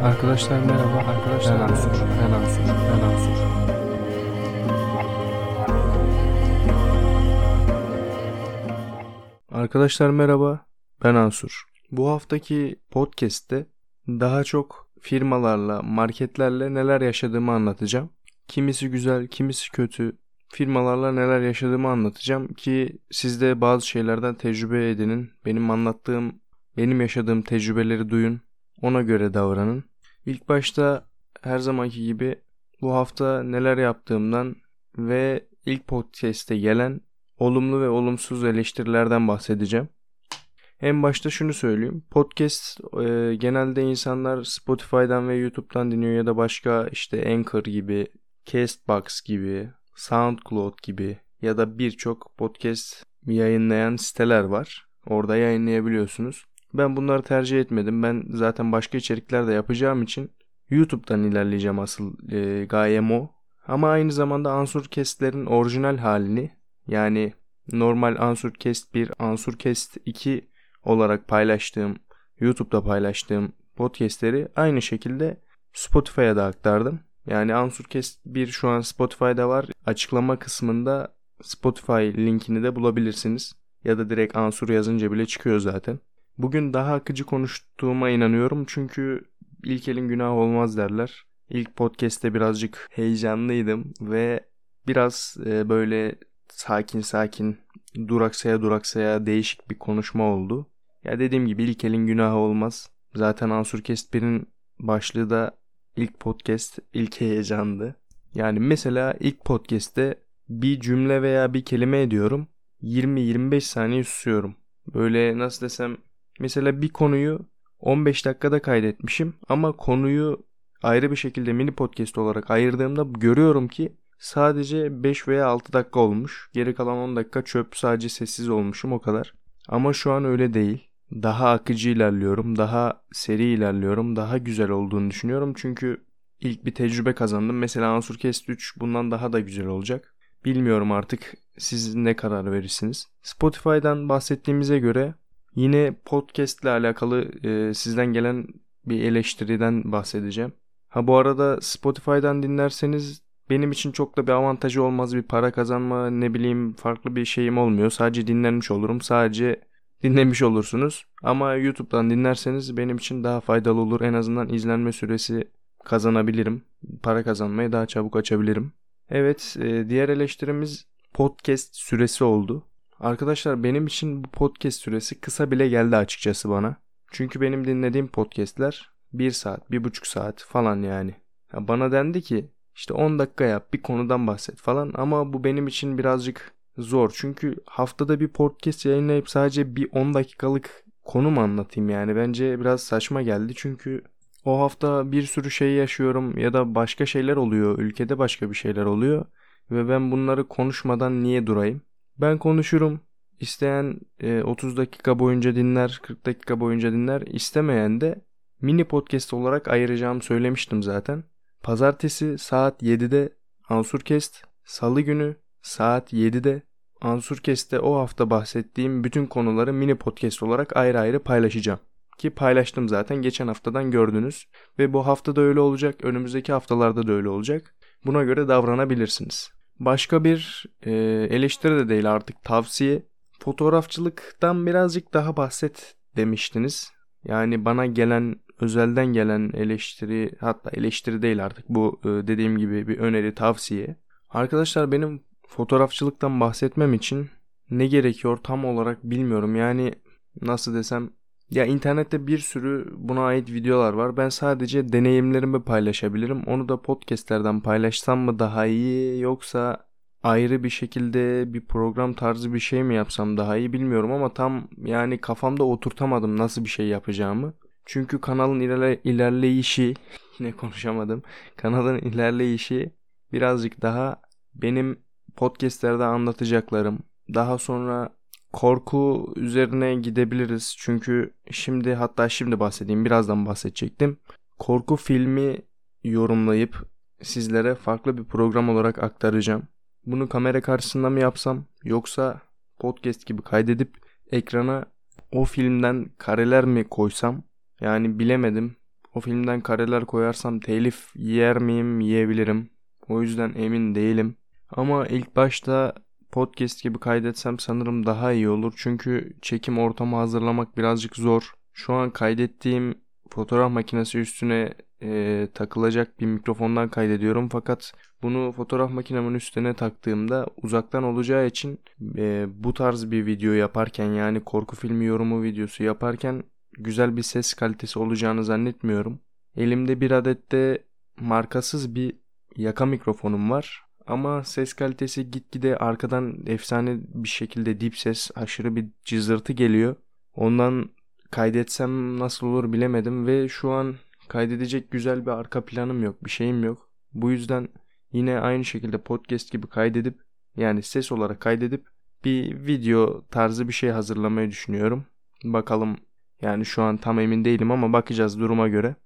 Arkadaşlar merhaba. Ben Ansur, ben Ansur, ben Ansur. Arkadaşlar merhaba. Ben Ansur. Bu haftaki podcast'te daha çok firmalarla, marketlerle neler yaşadığımı anlatacağım. Kimisi güzel, kimisi kötü. Firmalarla neler yaşadığımı anlatacağım ki siz de bazı şeylerden tecrübe edinin. Benim yaşadığım tecrübeleri duyun. Ona göre davranın. İlk başta her zamanki gibi bu hafta neler yaptığımdan ve ilk podcast'te gelen olumlu ve olumsuz eleştirilerden bahsedeceğim. En başta şunu söyleyeyim. Podcast genelde insanlar Spotify'dan ve YouTube'dan dinliyor ya da başka işte Anchor gibi, Castbox gibi, SoundCloud gibi ya da birçok podcast yayınlayan siteler var. Orada yayınlayabiliyorsunuz. Ben bunları tercih etmedim. Ben zaten başka içerikler de yapacağım için YouTube'dan ilerleyeceğim asıl gayem o. Ama aynı zamanda Ansurcast'lerin orijinal halini yani normal Ansurcast 1, Ansurcast 2 olarak YouTube'da paylaştığım podcastleri aynı şekilde Spotify'a da aktardım. Yani Ansurcast 1 şu an Spotify'da var. Açıklama kısmında Spotify linkini de bulabilirsiniz. Ya da direkt Ansur yazınca bile çıkıyor zaten. Bugün daha akıcı konuştuğuma inanıyorum çünkü ilk elin günahı olmaz derler. İlk podcast'te birazcık heyecanlıydım ve biraz böyle sakin sakin duraksaya duraksaya değişik bir konuşma oldu. Ya dediğim gibi ilk elin günahı olmaz. Zaten Ansurcast 1'in başlığı da ilk podcast, ilk heyecandı. Yani mesela ilk podcast'te bir cümle veya bir kelime ediyorum. 20-25 saniye susuyorum. Böyle nasıl desem mesela bir konuyu 15 dakikada kaydetmişim ama konuyu ayrı bir şekilde mini podcast olarak ayırdığımda görüyorum ki sadece 5 veya 6 dakika olmuş. Geri kalan 10 dakika çöp, sadece sessiz olmuşum, o kadar. Ama şu an öyle değil. Daha akıcı ilerliyorum, daha seri ilerliyorum, daha güzel olduğunu düşünüyorum. Çünkü ilk bir tecrübe kazandım. Mesela Ansurcast 3 bundan daha da güzel olacak. Bilmiyorum artık siz ne karar verirsiniz. Spotify'dan bahsettiğimize göre yine podcast ile alakalı sizden gelen bir eleştiriden bahsedeceğim. Ha bu arada Spotify'dan dinlerseniz benim için çok da bir avantajı olmaz. Bir para kazanma ne bileyim farklı bir şeyim olmuyor. Sadece dinlenmiş olurum. Sadece dinlemiş olursunuz. Ama YouTube'dan dinlerseniz benim için daha faydalı olur. En azından izlenme süresi kazanabilirim. Para kazanmayı daha çabuk açabilirim. Evet, diğer eleştirimiz podcast süresi oldu. Arkadaşlar benim için bu podcast süresi kısa bile geldi açıkçası bana. Çünkü benim dinlediğim podcastler 1 saat, 1,5 saat falan yani. Ya bana dendi ki işte 10 dakika yap, bir konudan bahset falan ama bu benim için birazcık zor. Çünkü haftada bir podcast yayınlayıp sadece bir 10 dakikalık konu mu anlatayım yani? Bence biraz saçma geldi çünkü o hafta bir sürü şey yaşıyorum ya da başka şeyler oluyor, ülkede başka bir şeyler oluyor ve ben bunları konuşmadan niye durayım? Ben konuşurum. İsteyen 30 dakika boyunca dinler, 40 dakika boyunca dinler. İstemeyen de mini podcast olarak ayıracağımı söylemiştim zaten. Pazartesi saat 7'de Ansurcast, Salı günü saat 7'de Ansurcast'te o hafta bahsettiğim bütün konuları mini podcast olarak ayrı ayrı paylaşacağım. Ki paylaştım zaten, geçen haftadan gördünüz. Ve bu hafta da öyle olacak, önümüzdeki haftalarda da öyle olacak. Buna göre davranabilirsiniz. Başka bir eleştiri de değil, artık tavsiye. Fotoğrafçılıktan birazcık daha bahset demiştiniz. Yani bana gelen, özelden gelen eleştiri, hatta eleştiri değil artık bu, dediğim gibi bir öneri, tavsiye. Arkadaşlar benim fotoğrafçılıktan bahsetmem için ne gerekiyor tam olarak bilmiyorum. Yani nasıl desem, ya internette bir sürü buna ait videolar var. Ben sadece deneyimlerimi paylaşabilirim. Onu da podcastlerden paylaşsam mı daha iyi, yoksa ayrı bir şekilde bir program tarzı bir şey mi yapsam daha iyi bilmiyorum ama tam yani kafamda oturtamadım nasıl bir şey yapacağımı. Çünkü kanalın ilerleyişi yine konuşamadım. Kanalın ilerleyişi birazcık daha benim podcastlerde anlatacaklarım. Daha sonra korku üzerine gidebiliriz. Çünkü şimdi bahsedeyim. Birazdan bahsedecektim. Korku filmi yorumlayıp sizlere farklı bir program olarak aktaracağım. Bunu kamera karşısında mı yapsam yoksa podcast gibi kaydedip ekrana o filmden kareler mi koysam? Yani bilemedim. o filmden kareler koyarsam telif yer miyim? Yiyebilirim. O yüzden emin değilim. Ama ilk başta podcast gibi kaydetsem sanırım daha iyi olur. Çünkü çekim ortamı hazırlamak birazcık zor. Şu an kaydettiğim fotoğraf makinesi üstüne takılacak bir mikrofondan kaydediyorum. Fakat bunu fotoğraf makinemin üstüne taktığımda uzaktan olacağı için bu tarz bir video yaparken, yani korku filmi yorumu videosu yaparken güzel bir ses kalitesi olacağını zannetmiyorum. Elimde bir adet de markasız bir yaka mikrofonum var. Ama ses kalitesi gitgide arkadan efsane bir şekilde dip ses, aşırı bir cızırtı geliyor. Ondan kaydetsem nasıl olur bilemedim ve şu an kaydedecek güzel bir arka planım yok, bir şeyim yok. Bu yüzden yine aynı şekilde podcast gibi kaydedip, yani ses olarak kaydedip bir video tarzı bir şey hazırlamayı düşünüyorum. Bakalım, yani şu an tam emin değilim ama bakacağız duruma göre.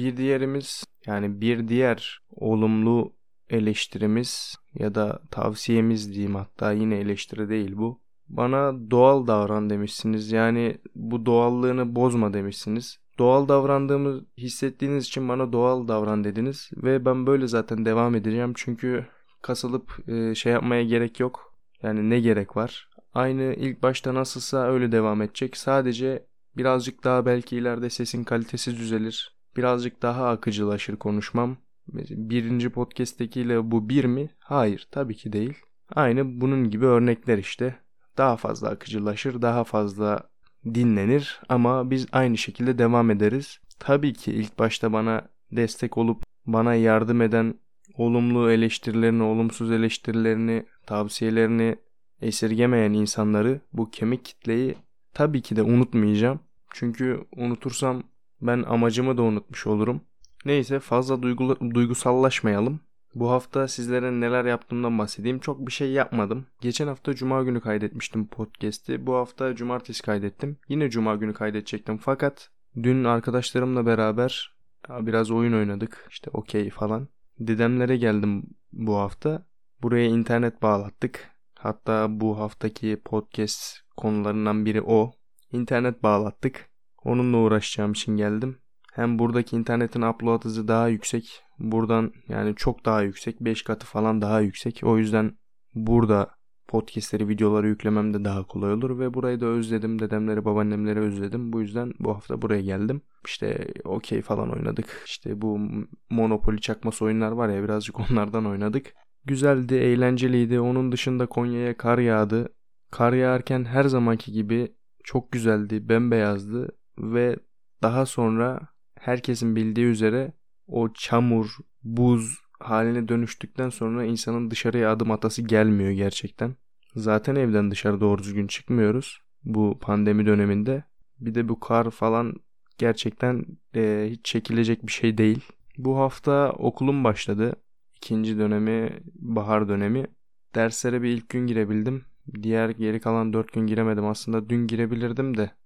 Bir diğer olumlu eleştirimiz ya da tavsiyemiz diyeyim, hatta yine eleştiri değil bu. Bana doğal davran demişsiniz. Yani bu doğallığını bozma demişsiniz. Doğal davrandığımı hissettiğiniz için bana doğal davran dediniz ve ben böyle zaten devam edeceğim. Çünkü kasılıp şey yapmaya gerek yok. Yani ne gerek var? Aynı ilk başta nasılsa öyle devam edecek. Sadece birazcık daha belki ileride sesin kalitesi düzelir. Birazcık daha akıcılaşır konuşmam. Birinci podcast'tekiyle bu bir mi? Hayır, tabii ki değil. Aynı bunun gibi örnekler işte. Daha fazla akıcılaşır, daha fazla dinlenir ama biz aynı şekilde devam ederiz. Tabii ki ilk başta bana destek olup bana yardım eden, olumlu eleştirilerini, olumsuz eleştirilerini, tavsiyelerini esirgemeyen insanları, bu kemik kitleyi tabii ki de unutmayacağım. Çünkü unutursam ben amacımı da unutmuş olurum. Neyse, fazla duygusallaşmayalım. Bu hafta sizlere neler yaptığımdan bahsedeyim. Çok bir şey yapmadım. Geçen hafta Cuma günü kaydetmiştim podcast'i. Bu hafta Cumartesi kaydettim. Yine Cuma günü kaydedecektim. Fakat dün arkadaşlarımla beraber biraz oyun oynadık. İşte okey falan. Dedemlere geldim bu hafta. Buraya internet bağlattık. Hatta bu haftaki podcast konularından biri o. İnternet bağlattık. Onunla uğraşacağım için geldim. Hem buradaki internetin upload hızı daha yüksek. Buradan yani çok daha yüksek. 5 katı falan daha yüksek. O yüzden burada podcastleri, videoları yüklemem de daha kolay olur. Ve burayı da özledim. Dedemleri, babaannemleri özledim. Bu yüzden bu hafta buraya geldim. İşte okey falan oynadık. İşte bu Monopoly çakması oyunlar var ya, birazcık onlardan oynadık. Güzeldi, eğlenceliydi. Onun dışında Konya'ya kar yağdı. Kar yağarken her zamanki gibi çok güzeldi, bembeyazdı ve daha sonra herkesin bildiği üzere o çamur, buz haline dönüştükten sonra insanın dışarıya adım atası gelmiyor gerçekten. Zaten evden dışarı doğru düzgün çıkmıyoruz bu pandemi döneminde. Bir de bu kar falan gerçekten hiç çekilecek bir şey değil. Bu hafta okulum başladı. İkinci dönemi, bahar dönemi. Derslere bir ilk gün girebildim. Diğer geri kalan 4 gün giremedim. Aslında dün girebilirdim de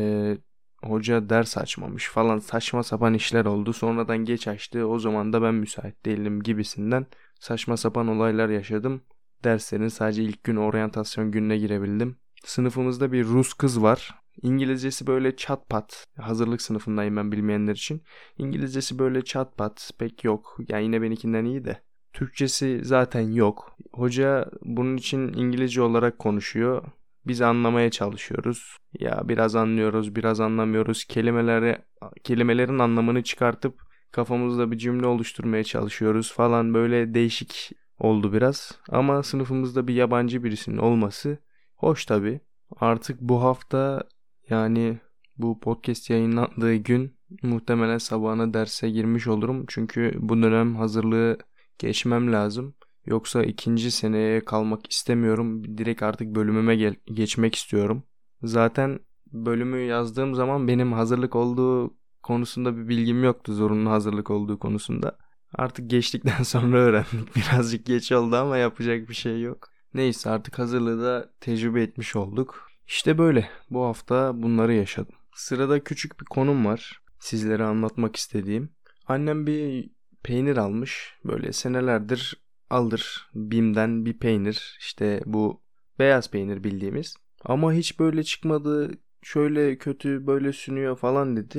hoca ders açmamış falan, saçma sapan işler oldu. Sonradan geç açtı. O zaman da ben müsait değilim gibisinden saçma sapan olaylar yaşadım. Derslerin sadece ilk gün oryantasyon gününe girebildim. Sınıfımızda bir Rus kız var. İngilizcesi böyle çat pat. Hazırlık sınıfındayım ben, bilmeyenler için. İngilizcesi böyle çat pat pek yok. Yani yine benimkinden iyi de. Türkçesi zaten yok. Hoca bunun için İngilizce olarak konuşuyor. Biz anlamaya çalışıyoruz. Ya biraz anlıyoruz, biraz anlamıyoruz. Kelimelerin anlamını çıkartıp kafamızda bir cümle oluşturmaya çalışıyoruz falan, böyle değişik oldu biraz. Ama sınıfımızda bir yabancı birisinin olması hoş tabii. Artık bu hafta, yani bu podcast yayınlandığı gün muhtemelen sabahına derse girmiş olurum. Çünkü bu dönem hazırlığı geçmem lazım. Yoksa ikinci seneye kalmak istemiyorum. Direkt artık bölümüme geçmek istiyorum. Zaten bölümü yazdığım zaman benim hazırlık olduğu konusunda bir bilgim yoktu. Zorunlu hazırlık olduğu konusunda. Artık geçtikten sonra öğrendik. Birazcık geç oldu ama yapacak bir şey yok. Neyse, artık hazırlığı da tecrübe etmiş olduk. İşte böyle. Bu hafta bunları yaşadım. Sırada küçük bir konum var sizlere anlatmak istediğim. Annem bir peynir almış. Böyle senelerdir alır BİM'den bir peynir. İşte bu beyaz peynir bildiğimiz. Ama hiç böyle çıkmadı. Şöyle kötü, böyle sünüyor falan dedi.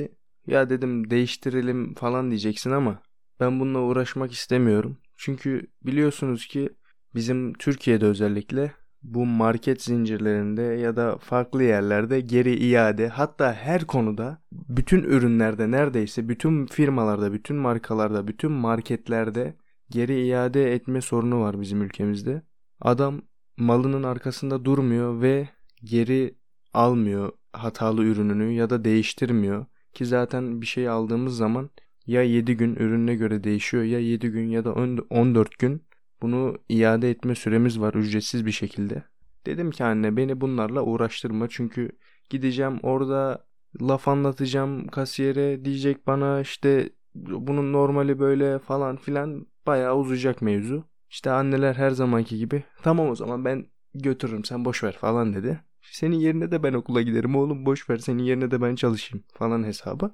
Ya dedim değiştirelim falan diyeceksin ama ben bununla uğraşmak istemiyorum. Çünkü biliyorsunuz ki bizim Türkiye'de özellikle bu market zincirlerinde ya da farklı yerlerde geri iade, hatta her konuda, bütün ürünlerde, neredeyse bütün firmalarda, bütün markalarda, bütün marketlerde geri iade etme sorunu var bizim ülkemizde. Adam malının arkasında durmuyor ve geri almıyor hatalı ürününü ya da değiştirmiyor. Ki zaten bir şey aldığımız zaman ya 7 gün, ürününe göre değişiyor, ya 7 gün ya da 14 gün bunu iade etme süremiz var ücretsiz bir şekilde. Dedim ki anne, beni bunlarla uğraştırma, çünkü gideceğim orada laf anlatacağım kasiyere, diyecek bana işte bunun normali böyle falan filan, bayağı uzayacak mevzu. İşte anneler her zamanki gibi tamam o zaman ben götürürüm, sen boş ver falan dedi. Senin yerine de ben okula giderim oğlum, boş ver, senin yerine de ben çalışayım falan hesabı.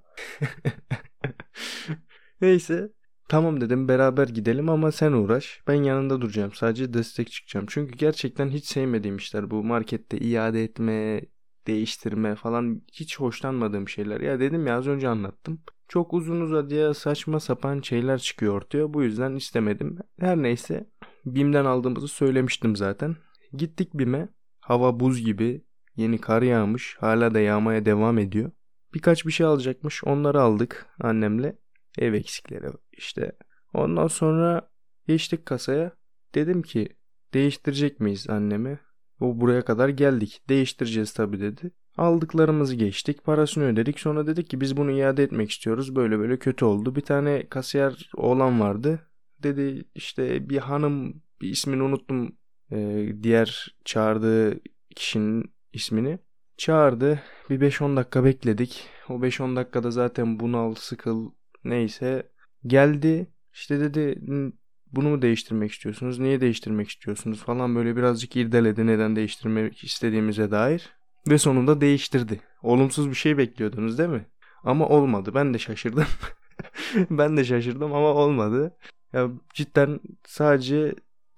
Neyse, tamam dedim, beraber gidelim ama sen uğraş. Ben yanında duracağım, sadece destek çıkacağım. Çünkü gerçekten hiç sevmediğim işler bu markette iade etme, değiştirme falan, hiç hoşlanmadığım şeyler. Ya dedim ya, az önce anlattım. Çok uzun uzadıya saçma sapan şeyler çıkıyor ortaya. Bu yüzden istemedim. Her neyse, BİM'den aldığımızı söylemiştim zaten. Gittik BİM'e. Hava buz gibi. Yeni kar yağmış. Hala da yağmaya devam ediyor. Birkaç bir şey alacakmış. Onları aldık annemle. Ev eksikleri işte. Ondan sonra geçtik kasaya. Dedim ki değiştirecek miyiz annemi? O buraya kadar geldik. Değiştireceğiz tabii dedi. Aldıklarımızı geçtik. Parasını ödedik. Sonra dedik ki biz bunu iade etmek istiyoruz. Böyle böyle kötü oldu. Bir tane kasiyer oğlan vardı. Dedi işte bir hanım, bir ismini unuttum. Diğer çağırdığı kişinin ismini. Çağırdı. Bir 5-10 dakika bekledik. O 5-10 dakikada zaten bunal, sıkıl, neyse geldi. İşte dedi bunu mu değiştirmek istiyorsunuz? Niye değiştirmek istiyorsunuz falan, böyle birazcık irdeledi neden değiştirmek istediğimize dair. Ve sonunda değiştirdi. Olumsuz bir şey bekliyordunuz değil mi? Ama olmadı. Ben de şaşırdım. Ben de şaşırdım ama olmadı. Ya cidden sadece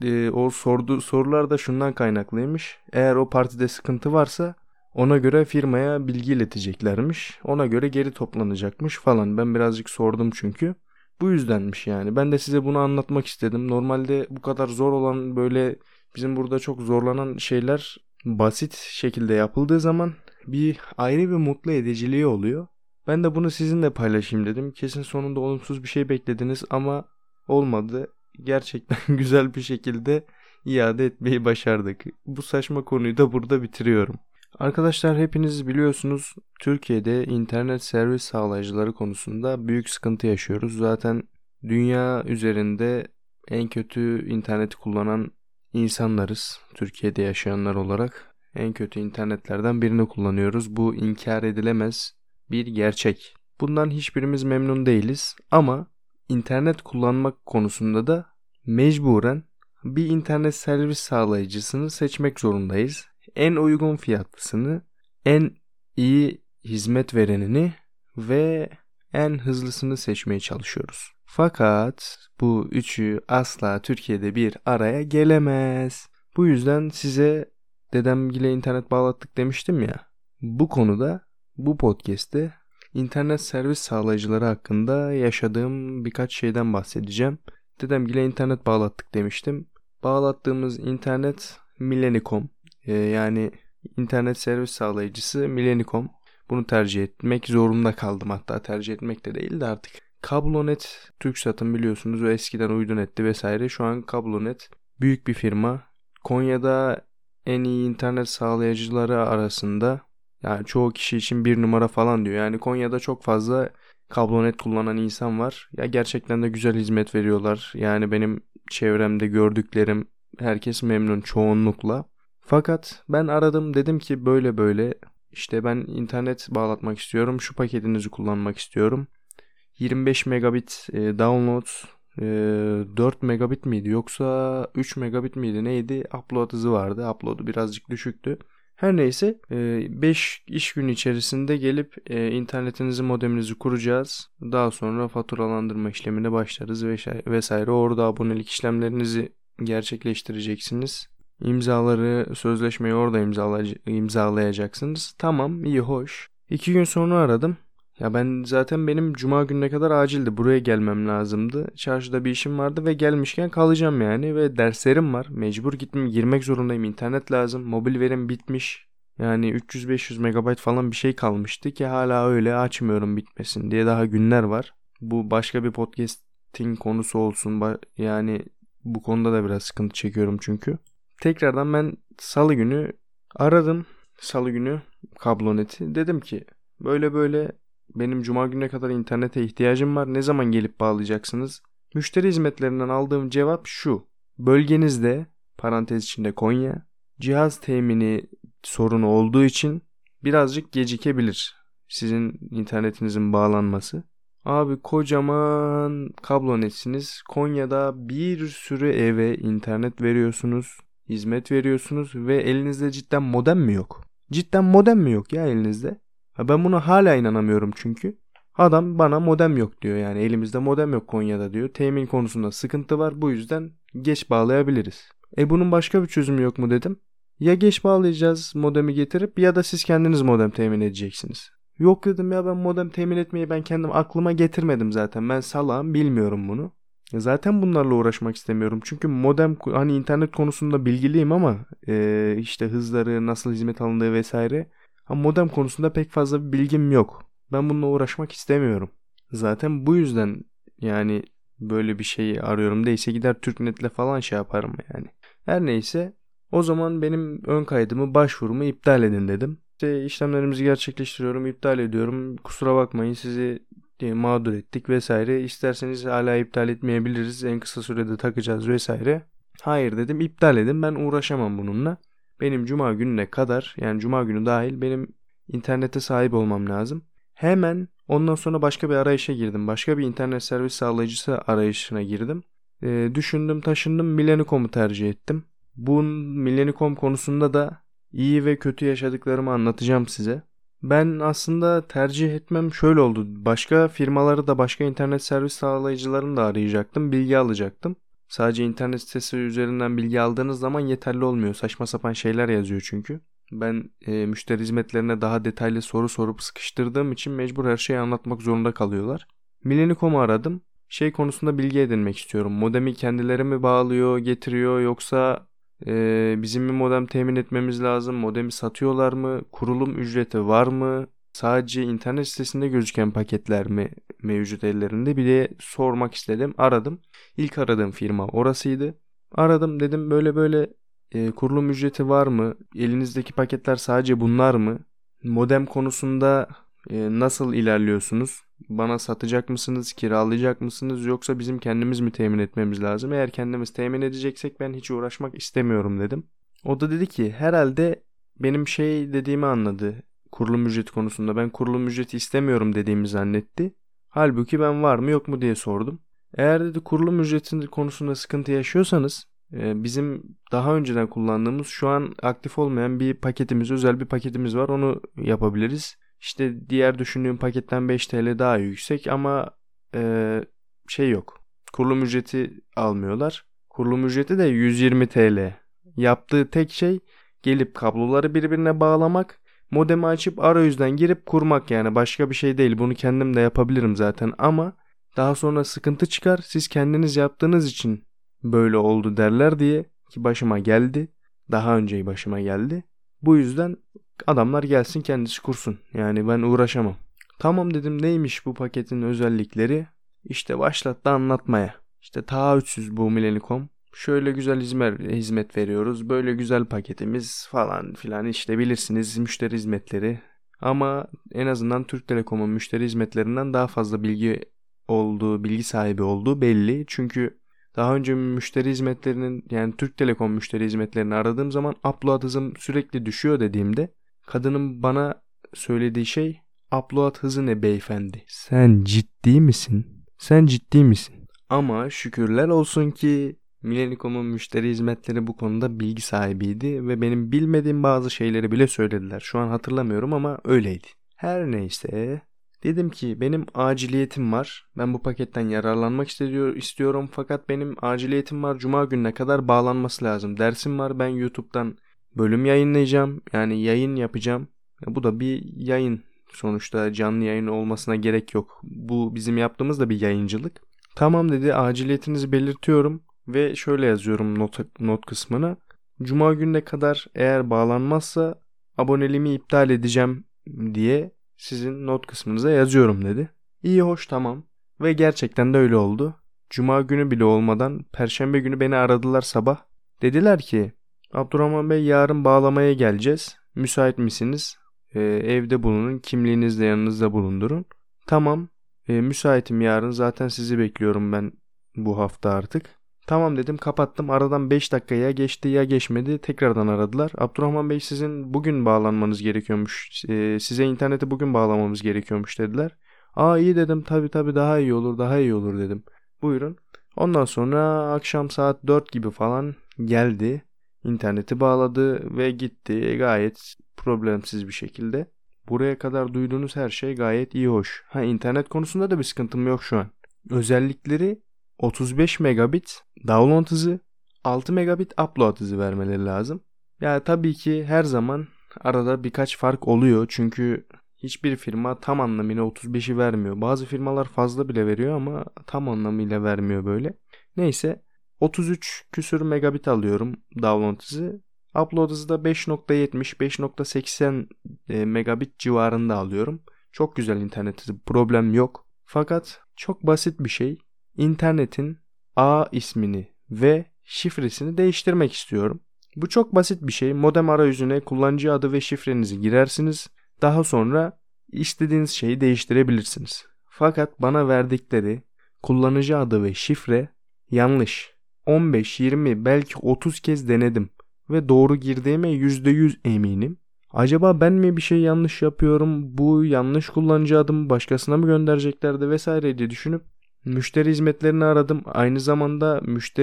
o sorduğu sorular da şundan kaynaklıymış. Eğer o partide sıkıntı varsa ona göre firmaya bilgi ileteceklermiş. Ona göre geri toplanacakmış falan. Ben birazcık sordum çünkü. Bu yüzdenmiş yani. Ben de size bunu anlatmak istedim. Normalde bu kadar zor olan, böyle bizim burada çok zorlanan şeyler basit şekilde yapıldığı zaman bir ayrı bir mutlu ediciliği oluyor. Ben de bunu sizinle paylaşayım dedim. Kesin sonunda olumsuz bir şey beklediniz ama olmadı. Gerçekten güzel bir şekilde iade etmeyi başardık. Bu saçma konuyu da burada bitiriyorum. Arkadaşlar, hepiniz biliyorsunuz Türkiye'de internet servis sağlayıcıları konusunda büyük sıkıntı yaşıyoruz. Zaten dünya üzerinde en kötü interneti kullanan insanlarız. Türkiye'de yaşayanlar olarak en kötü internetlerden birini kullanıyoruz. Bu inkar edilemez bir gerçek. Bundan hiçbirimiz memnun değiliz ama internet kullanmak konusunda da mecburen bir internet servis sağlayıcısını seçmek zorundayız. En uygun fiyatlısını, en iyi hizmet verenini ve en hızlısını seçmeye çalışıyoruz. Fakat bu üçü asla Türkiye'de bir araya gelemez. Bu yüzden size dedemgile internet bağlattık demiştim ya. Bu konuda bu podcast'te internet servis sağlayıcıları hakkında yaşadığım birkaç şeyden bahsedeceğim. Dedemgile internet bağlattık demiştim. Bağlattığımız internet Millennium. Yani internet servis sağlayıcısı Millennium. Bunu tercih etmek zorunda kaldım, hatta tercih etmek de değil de artık. Kablonet TürkSat'ın biliyorsunuz, o eskiden Uydunetti vesaire. Şu an Kablonet büyük bir firma. Konya'da en iyi internet sağlayıcıları arasında, yani çoğu kişi için bir numara falan diyor. Yani Konya'da çok fazla Kablonet kullanan insan var. Ya gerçekten de güzel hizmet veriyorlar. Yani benim çevremde gördüklerim, herkes memnun çoğunlukla. Fakat ben aradım, dedim ki böyle böyle işte ben internet bağlatmak istiyorum. Şu paketinizi kullanmak istiyorum. 25 megabit download, 4 megabit miydi yoksa 3 megabit miydi neydi? Upload hızı vardı. Upload'u birazcık düşüktü. Her neyse 5 iş günü içerisinde gelip internetinizi, modeminizi kuracağız. Daha sonra faturalandırma işlemine başlarız vesaire. Orada abonelik işlemlerinizi gerçekleştireceksiniz. İmzaları, sözleşmeyi orada imzalayacaksınız. Tamam, iyi, hoş. 2 gün sonra aradım. Ya ben zaten benim cuma gününe kadar acildi. Buraya gelmem lazımdı. Çarşıda bir işim vardı ve gelmişken kalacağım yani. Ve derslerim var. Mecbur girmek zorundayım. İnternet lazım. Mobil verim bitmiş. Yani 300-500 megabayt falan bir şey kalmıştı ki hala öyle açmıyorum bitmesin diye, daha günler var. Bu başka bir podcast'in konusu olsun. Yani bu konuda da biraz sıkıntı çekiyorum çünkü. Tekrardan ben salı günü aradım. Salı günü Kablonet'i. Dedim ki böyle böyle benim cuma gününe kadar internete ihtiyacım var. Ne zaman gelip bağlayacaksınız? Müşteri hizmetlerinden aldığım cevap şu: bölgenizde, parantez içinde Konya, cihaz temini sorunu olduğu için birazcık gecikebilir sizin internetinizin bağlanması. Abi kocaman kablonetsiniz. Konya'da bir sürü eve internet veriyorsunuz, hizmet veriyorsunuz ve elinizde cidden modem mi yok? Cidden modem mi yok ya elinizde? Ben buna hala inanamıyorum çünkü. Adam bana modem yok diyor, yani elimizde modem yok Konya'da diyor. Temin konusunda sıkıntı var, bu yüzden geç bağlayabiliriz. Bunun başka bir çözümü yok mu dedim. Ya geç bağlayacağız modemi getirip ya da siz kendiniz modem temin edeceksiniz. Yok dedim ya, ben modem temin etmeyi ben kendim aklıma getirmedim zaten. Ben salağım, bilmiyorum bunu. Zaten bunlarla uğraşmak istemiyorum. Çünkü modem, hani internet konusunda bilgiliyim ama işte hızları, nasıl hizmet alındığı vesaire. Ama modem konusunda pek fazla bir bilgim yok. Ben bununla uğraşmak istemiyorum. Zaten bu yüzden yani böyle bir şeyi arıyorum. Değilse gider Türknet'le falan şey yaparım yani. Her neyse, o zaman benim ön kaydımı, başvurumu iptal edin dedim. İşte işlemlerimizi gerçekleştiriyorum, iptal ediyorum. Kusura bakmayın, sizi mağdur ettik vesaire. İsterseniz hala iptal etmeyebiliriz. En kısa sürede takacağız vesaire. Hayır dedim, iptal edin, ben uğraşamam bununla. Benim cuma gününe kadar, yani cuma günü dahil benim internete sahip olmam lazım. Hemen ondan sonra başka bir arayışa girdim. Başka bir internet servis sağlayıcısı arayışına girdim. Düşündüm taşındım, Millennium'u tercih ettim. Bu Millennium konusunda da iyi ve kötü yaşadıklarımı anlatacağım size. Ben aslında tercih etmem şöyle oldu. Başka firmaları da, başka internet servis sağlayıcılarını da arayacaktım. Bilgi alacaktım. Sadece internet sitesi üzerinden bilgi aldığınız zaman yeterli olmuyor. Saçma sapan şeyler yazıyor çünkü. Ben müşteri hizmetlerine daha detaylı soru sorup sıkıştırdığım için mecbur her şeyi anlatmak zorunda kalıyorlar. Millennium'u aradım. Şey konusunda bilgi edinmek istiyorum. Modemi kendileri mi bağlıyor, getiriyor, yoksa bizim mi modem temin etmemiz lazım? Modemi satıyorlar mı? Kurulum ücreti var mı? Sadece internet sitesinde gözüken paketler mi mevcut ellerinde? Bir de sormak istedim. Aradım. İlk aradığım firma orasıydı. Aradım, dedim böyle böyle kurulum ücreti var mı? Elinizdeki paketler sadece bunlar mı? Modem konusunda nasıl ilerliyorsunuz? Bana satacak mısınız, kiralayacak mısınız, yoksa bizim kendimiz mi temin etmemiz lazım? Eğer kendimiz temin edeceksek ben hiç uğraşmak istemiyorum dedim. O da dedi ki herhalde benim şey dediğimi anladı. Kurulum ücreti konusunda ben kurulum ücreti istemiyorum dediğimi zannetti. Halbuki ben var mı yok mu diye sordum. Eğer dedi kurulum ücreti konusunda sıkıntı yaşıyorsanız bizim daha önceden kullandığımız, şu an aktif olmayan bir paketimiz, özel bir paketimiz var, onu yapabiliriz. İşte diğer düşündüğüm paketten 5 TL daha yüksek ama şey yok. Kurulum ücreti almıyorlar. Kurulum ücreti de 120 TL. Yaptığı tek şey gelip kabloları birbirine bağlamak, modemi açıp arayüzden girip kurmak, yani başka bir şey değil. Bunu kendim de yapabilirim zaten ama daha sonra sıkıntı çıkar. Siz kendiniz yaptığınız için böyle oldu derler diye, ki başıma geldi. Daha önce başıma geldi. Bu yüzden adamlar gelsin kendisi kursun. Yani ben uğraşamam. Tamam dedim, neymiş bu paketin özellikleri? İşte başlattı anlatmaya. İşte taahhütsüz bu Millennium. Şöyle güzel hizmet veriyoruz. Böyle güzel paketimiz falan filan, işte bilirsiniz müşteri hizmetleri. Ama en azından Türk Telekom'un müşteri hizmetlerinden daha fazla bilgi sahibi olduğu belli. Çünkü daha önce müşteri hizmetlerinin, yani Türk Telekom müşteri hizmetlerini aradığım zaman upload hızım sürekli düşüyor dediğimde kadının bana söylediği şey, upload hızı ne beyefendi? Sen ciddi misin? Sen ciddi misin? Ama şükürler olsun ki Millennium'un müşteri hizmetleri bu konuda bilgi sahibiydi ve benim bilmediğim bazı şeyleri bile söylediler. Şu an hatırlamıyorum ama öyleydi. Her neyse, dedim ki benim aciliyetim var. Ben bu paketten yararlanmak istiyorum fakat benim aciliyetim var. Cuma gününe kadar bağlanması lazım. Dersim var. Ben YouTube'dan bölüm yayınlayacağım. Yani yayın yapacağım. Bu da bir yayın Sonuçta canlı yayın olmasına gerek yok. Bu bizim yaptığımız da bir yayıncılık. Tamam dedi, aciliyetinizi belirtiyorum ve şöyle yazıyorum not kısmına. Cuma gününe kadar eğer bağlanmazsa aboneliğimi iptal edeceğim diye sizin not kısmınıza yazıyorum dedi. İyi hoş tamam. Ve gerçekten de öyle oldu. Cuma günü bile olmadan Perşembe günü beni aradılar sabah. Dediler ki Abdurrahman Bey yarın bağlamaya geleceğiz. Müsait misiniz? Evde bulunun. Kimliğinizi de yanınızda bulundurun. Tamam. Müsaitim yarın. Zaten sizi bekliyorum ben bu hafta artık. Tamam dedim, kapattım. Aradan 5 dakika ya geçti ya geçmedi. Tekrardan aradılar. Abdurrahman Bey sizin bugün bağlanmanız gerekiyormuş. Size internete bugün bağlamamız gerekiyormuş dediler. Aa iyi dedim, tabii daha iyi olur dedim. Buyurun. Ondan sonra akşam saat 4 gibi falan geldi. İnterneti bağladı ve gitti gayet problemsiz bir şekilde. Buraya kadar duyduğunuz her şey gayet iyi hoş. İnternet konusunda da bir sıkıntım yok şu an. Özellikleri 35 megabit download hızı, 6 megabit upload hızı vermeleri lazım. Ya tabii ki her zaman arada birkaç fark oluyor. Çünkü hiçbir firma tam anlamıyla 35'i vermiyor. Bazı firmalar fazla bile veriyor ama tam anlamıyla vermiyor böyle. Neyse 33 küsür megabit alıyorum download hızı. Upload hızı da 5.70-5.80 megabit civarında alıyorum. Çok güzel internet hızı, problem yok. Fakat çok basit bir şey. İnternetin ağ ismini ve şifresini değiştirmek istiyorum. Bu çok basit bir şey. Modem arayüzüne kullanıcı adı ve şifrenizi girersiniz. Daha sonra istediğiniz şeyi değiştirebilirsiniz. Fakat bana verdikleri kullanıcı adı ve şifre yanlış. 15, 20 belki 30 kez denedim ve doğru girdiğime %100 eminim. Acaba ben mi bir şey yanlış yapıyorum? Bu yanlış kullanıcı adımı başkasına mı göndereceklerdi vesaire diye düşünüp müşteri hizmetlerini aradım. Aynı zamanda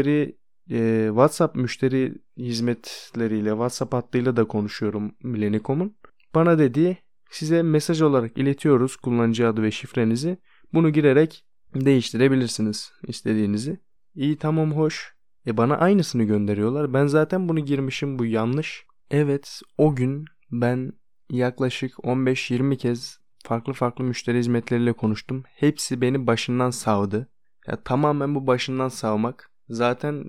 WhatsApp müşteri hizmetleriyle, WhatsApp hattıyla da konuşuyorum Millennium'un. Bana dediği size mesaj olarak iletiyoruz kullanıcı adı ve şifrenizi. Bunu girerek değiştirebilirsiniz istediğinizi. İyi tamam hoş. Bana aynısını gönderiyorlar. Ben zaten bunu girmişim, bu yanlış. Evet, o gün ben yaklaşık 15-20 kez farklı müşteri hizmetleriyle konuştum. Hepsi beni başından savdı. Ya tamamen bu başından savmak. Zaten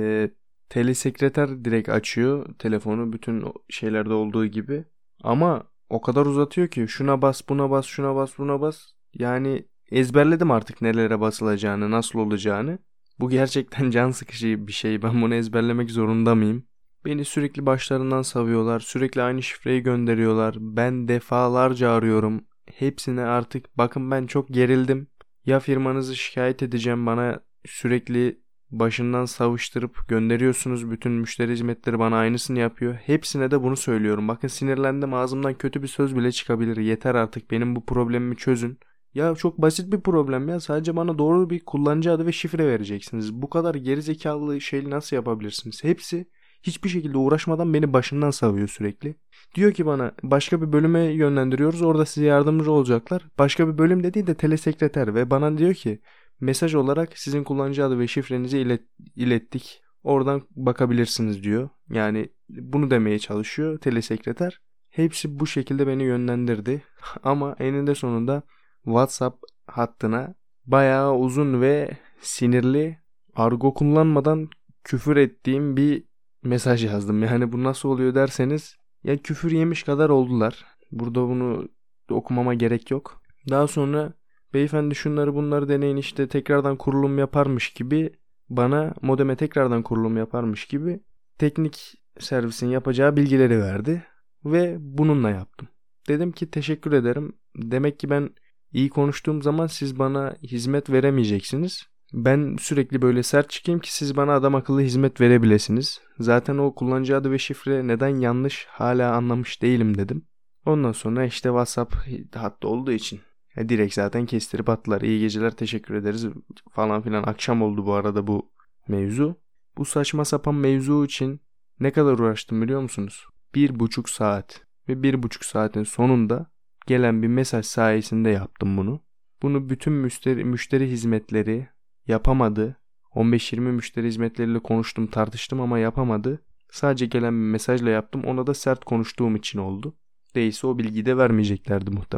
telesekreter direkt açıyor telefonu bütün şeylerde olduğu gibi. Ama o kadar uzatıyor ki şuna bas, buna bas, şuna bas, buna bas. Yani ezberledim artık nelere basılacağını, nasıl olacağını. Bu gerçekten can sıkıcı bir şey. Ben bunu ezberlemek zorunda mıyım? Beni sürekli başlarından savuyorlar. Sürekli aynı şifreyi gönderiyorlar. Ben defalarca arıyorum. Hepsine artık bakın ben çok gerildim. Ya firmanızı şikayet edeceğim, bana sürekli başından savuşturup gönderiyorsunuz. Bütün müşteri hizmetleri bana aynısını yapıyor. Hepsine de bunu söylüyorum. Bakın sinirlendim, ağzımdan kötü bir söz bile çıkabilir. Yeter artık, benim bu problemimi çözün. Ya çok basit bir problem ya. Sadece bana doğru bir kullanıcı adı ve şifre vereceksiniz. Bu kadar gerizekalı şeyi nasıl yapabilirsiniz? Hepsi hiçbir şekilde uğraşmadan beni başından savuyor sürekli. Diyor ki bana başka bir bölüme yönlendiriyoruz. Orada size yardımcı olacaklar. Başka bir bölüm dediği de telesekreter ve bana diyor ki mesaj olarak sizin kullanıcı adı ve şifrenizi ilettik. Oradan bakabilirsiniz diyor. Yani bunu demeye çalışıyor telesekreter. Hepsi bu şekilde beni yönlendirdi. Ama eninde sonunda WhatsApp hattına bayağı uzun ve sinirli, argo kullanmadan küfür ettiğim bir mesaj yazdım. Yani bu nasıl oluyor derseniz ya küfür yemiş kadar oldular. Burada bunu okumama gerek yok. Daha sonra beyefendi şunları bunları deneyin işte tekrardan kurulum yaparmış gibi bana modeme tekrardan kurulum yaparmış gibi teknik servisin yapacağı bilgileri verdi ve bununla yaptım. Dedim ki teşekkür ederim. Demek ki ben iyi konuştuğum zaman siz bana hizmet veremeyeceksiniz. Ben sürekli böyle sert çıkayım ki siz bana adam akıllı hizmet verebilesiniz. Zaten o kullanıcı adı ve şifre neden yanlış hala anlamış değilim dedim. Ondan sonra işte WhatsApp hattı olduğu için direkt zaten kestirip attılar. İyi geceler, teşekkür ederiz falan filan. Akşam oldu bu arada bu mevzu. Bu saçma sapan mevzu için ne kadar uğraştım biliyor musunuz? 1,5 saat. Ve 1,5 saatin sonunda gelen bir mesaj sayesinde yaptım bunu. Bunu bütün müşteri hizmetleri yapamadı. 15-20 müşteri hizmetleriyle konuştum, tartıştım ama yapamadı. Sadece gelen bir mesajla yaptım. Ona da sert konuştuğum için oldu. Değilse o bilgiyi de vermeyeceklerdi muhtemelen.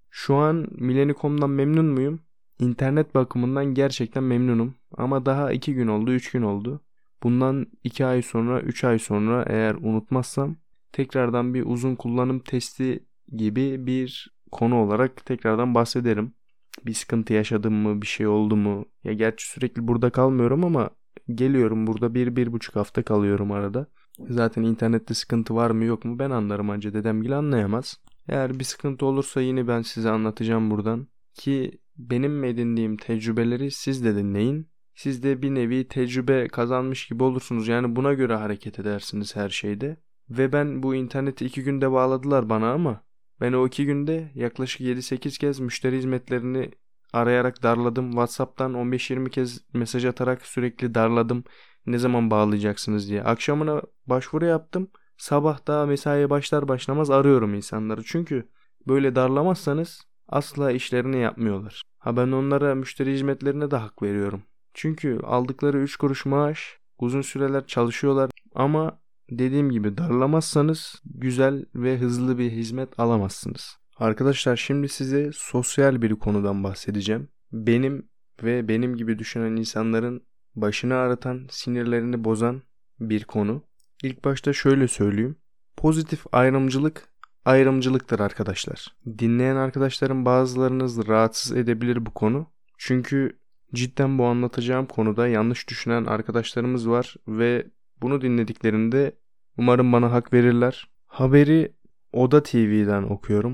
Şu an Millennium.com'dan memnun muyum? İnternet bakımından gerçekten memnunum. Ama daha 2 gün oldu, 3 gün oldu. Bundan 2 ay sonra, 3 ay sonra eğer unutmazsam tekrardan bir uzun kullanım testi gibi bir konu olarak tekrardan bahsederim. Bir sıkıntı yaşadım mı, bir şey oldu mu? Ya gerçi sürekli burada kalmıyorum ama geliyorum burada 1-1,5 hafta kalıyorum arada. Zaten internette sıkıntı var mı yok mu ben anlarım, anca dedemgil anlayamaz. Eğer bir sıkıntı olursa yine ben size anlatacağım buradan. Ki benim edindiğim tecrübeleri siz de dinleyin. Siz de bir nevi tecrübe kazanmış gibi olursunuz. Yani buna göre hareket edersiniz her şeyde. Ve ben bu interneti 2 günde bağladılar bana ama ben o 2 günde yaklaşık 7-8 kez müşteri hizmetlerini arayarak darladım. WhatsApp'tan 15-20 kez mesaj atarak sürekli darladım. Ne zaman bağlayacaksınız diye. Akşamına başvuru yaptım. Sabah daha mesaiye başlar başlamaz arıyorum insanları. Çünkü böyle darlamazsanız asla işlerini yapmıyorlar. Ha, ben onlara müşteri hizmetlerine de hak veriyorum. Çünkü aldıkları 3 kuruş maaş, uzun süreler çalışıyorlar ama dediğim gibi darlamazsanız güzel ve hızlı bir hizmet alamazsınız. Arkadaşlar şimdi size sosyal bir konudan bahsedeceğim. Benim ve benim gibi düşünen insanların başını ağrıtan, sinirlerini bozan bir konu. İlk başta şöyle söyleyeyim. Pozitif ayrımcılık ayrımcılıktır arkadaşlar. Dinleyen arkadaşlarım bazılarınız rahatsız edebilir bu konu. Çünkü cidden bu anlatacağım konuda yanlış düşünen arkadaşlarımız var ve bunu dinlediklerinde umarım bana hak verirler. Haberi Oda TV'den okuyorum.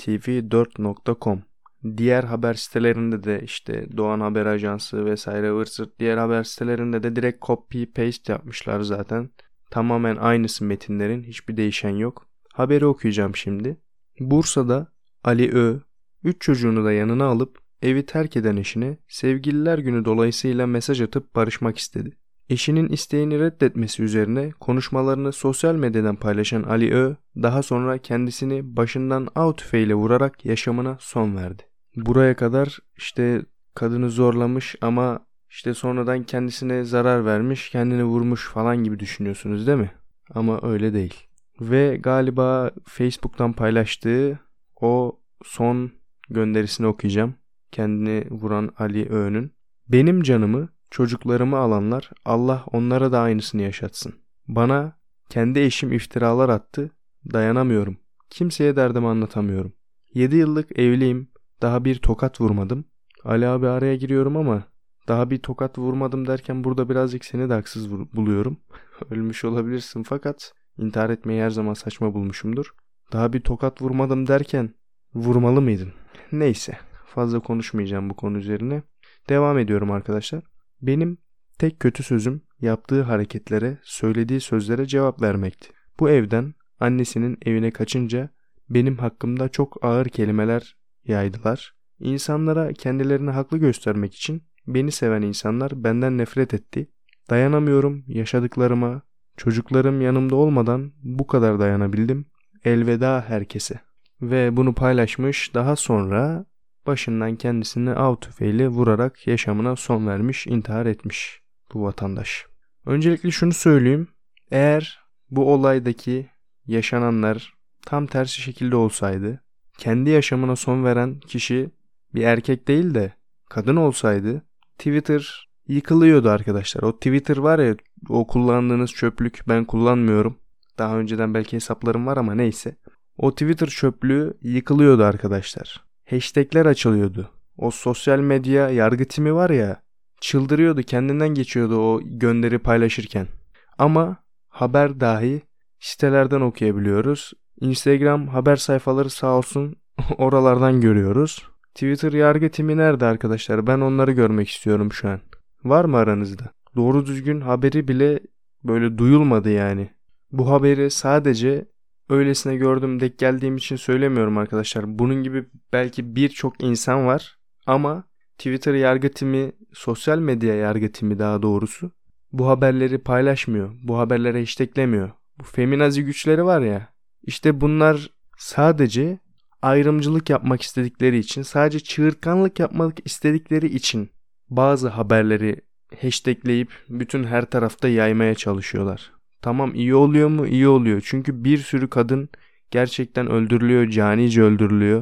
odatv4.com. Diğer haber sitelerinde de işte Doğan Haber Ajansı vesaire vırsırt diğer haber sitelerinde de direkt copy paste yapmışlar zaten. Tamamen aynısı metinlerin, hiçbir değişen yok. Haberi okuyacağım şimdi. Bursa'da Ali Ö 3 çocuğunu da yanına alıp evi terk eden eşine sevgililer günü dolayısıyla mesaj atıp barışmak istedi. Eşinin isteğini reddetmesi üzerine konuşmalarını sosyal medyadan paylaşan Ali Ö daha sonra kendisini başından av tüfeğiyle vurarak yaşamına son verdi. Buraya kadar işte kadını zorlamış ama işte sonradan kendisine zarar vermiş, kendini vurmuş falan gibi düşünüyorsunuz değil mi? Ama öyle değil. Ve galiba Facebook'tan paylaştığı o son gönderisini okuyacağım. Kendini vuran Ali Ö'nün. Benim canımı, çocuklarımı alanlar Allah onlara da aynısını yaşatsın. Bana kendi eşim iftiralar attı. Dayanamıyorum. Kimseye derdimi anlatamıyorum. 7 yıllık evliyim. Daha bir tokat vurmadım. Ali abi araya giriyorum ama daha bir tokat vurmadım derken burada birazcık seni de haksız buluyorum. Ölmüş olabilirsin fakat intihar etmeyi her zaman saçma bulmuşumdur. Daha bir tokat vurmadım derken vurmalı mıydın? Neyse, fazla konuşmayacağım bu konu üzerine. Devam ediyorum arkadaşlar. Benim tek kötü sözüm yaptığı hareketlere, söylediği sözlere cevap vermekti. Bu evden annesinin evine kaçınca benim hakkımda çok ağır kelimeler yaydılar. İnsanlara kendilerini haklı göstermek için beni seven insanlar benden nefret etti. Dayanamıyorum yaşadıklarıma. Çocuklarım yanımda olmadan bu kadar dayanabildim. Elveda herkese. Ve bunu paylaşmış. Daha sonra başından kendisini av tüfeğiyle vurarak yaşamına son vermiş, intihar etmiş bu vatandaş. Öncelikle şunu söyleyeyim. Eğer bu olaydaki yaşananlar tam tersi şekilde olsaydı, kendi yaşamına son veren kişi bir erkek değil de kadın olsaydı Twitter yıkılıyordu arkadaşlar. O Twitter var ya, o kullandığınız çöplük, ben kullanmıyorum. Daha önceden belki hesaplarım var ama neyse. O Twitter çöplüğü yıkılıyordu arkadaşlar. Hashtagler açılıyordu. O sosyal medya yargı timi var ya, çıldırıyordu, kendinden geçiyordu o gönderi paylaşırken. Ama haber dahi sitelerden okuyabiliyoruz. Instagram haber sayfaları sağ olsun oralardan görüyoruz. Twitter yargı timi nerede arkadaşlar? Ben onları görmek istiyorum şu an. Var mı aranızda? Doğru düzgün haberi bile böyle duyulmadı yani. Bu haberi sadece öylesine gördüm, denk geldiğim için söylemiyorum arkadaşlar. Bunun gibi belki birçok insan var ama Twitter yargı timi, sosyal medya yargı timi daha doğrusu bu haberleri paylaşmıyor. Bu haberlere hashtaglemiyor. Bu feminazi güçleri var ya, işte bunlar sadece ayrımcılık yapmak istedikleri için, sadece çığırtkanlık yapmak istedikleri için bazı haberleri hashtagleyip bütün her tarafta yaymaya çalışıyorlar. Tamam, iyi oluyor mu? İyi oluyor. Çünkü bir sürü kadın gerçekten öldürülüyor, canice öldürülüyor.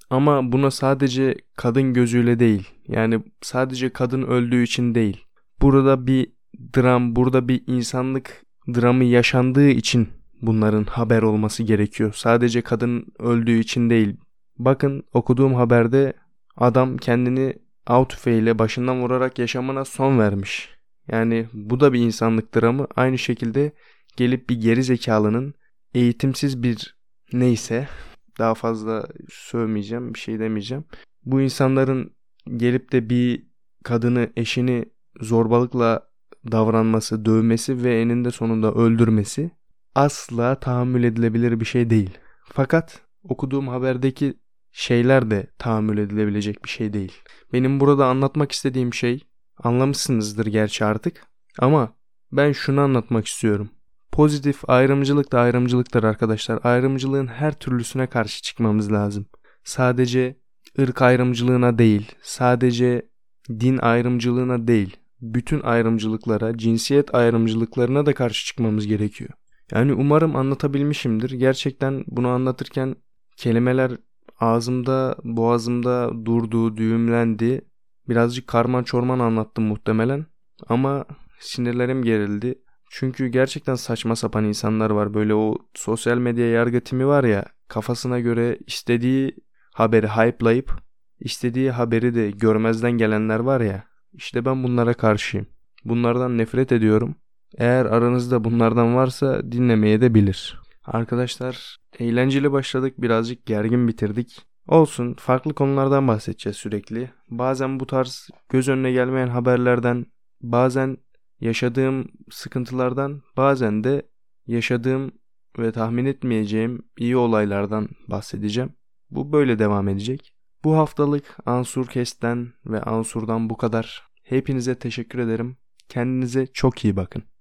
Ama buna sadece kadın gözüyle değil, yani sadece kadın öldüğü için değil. Burada bir dram, burada bir insanlık dramı yaşandığı için bunların haber olması gerekiyor. Sadece kadın öldüğü için değil. Bakın, okuduğum haberde adam kendini av tüfeğiyle başından vurarak yaşamına son vermiş. Yani bu da bir insanlık dramı. Aynı şekilde gelip bir geri zekalının eğitimsiz bir neyse, daha fazla sövmeyeceğim, bir şey demeyeceğim. Bu insanların gelip de bir kadını, eşini zorbalıkla davranması, dövmesi ve eninde sonunda öldürmesi asla tahammül edilebilir bir şey değil. Fakat okuduğum haberdeki şeyler de tahammül edilebilecek bir şey değil. Benim burada anlatmak istediğim şey, anlamışsınızdır gerçi artık, ama ben şunu anlatmak istiyorum. Pozitif ayrımcılık da ayrımcılıktır arkadaşlar. Ayrımcılığın her türlüsüne karşı çıkmamız lazım. Sadece ırk ayrımcılığına değil, sadece din ayrımcılığına değil, bütün ayrımcılıklara, cinsiyet ayrımcılıklarına da karşı çıkmamız gerekiyor. Yani umarım anlatabilmişimdir. Gerçekten bunu anlatırken kelimeler ağzımda, boğazımda durdu, düğümlendi. Birazcık karman çorman anlattım muhtemelen. Ama sinirlerim gerildi. Çünkü gerçekten saçma sapan insanlar var. Böyle o sosyal medya yargı timi var ya, kafasına göre istediği haberi hype'layıp istediği haberi de görmezden gelenler var ya. İşte ben bunlara karşıyım. Bunlardan nefret ediyorum. Eğer aranızda bunlardan varsa dinlemeye de bilir. Arkadaşlar, eğlenceli başladık, birazcık gergin bitirdik. Olsun, farklı konulardan bahsedeceğiz sürekli. Bazen bu tarz göz önüne gelmeyen haberlerden, bazen yaşadığım sıkıntılardan, bazen de yaşadığım ve tahmin etmeyeceğim iyi olaylardan bahsedeceğim. Bu böyle devam edecek. Bu haftalık Ansurcast'ten ve Ansur'dan bu kadar. Hepinize teşekkür ederim. Kendinize çok iyi bakın.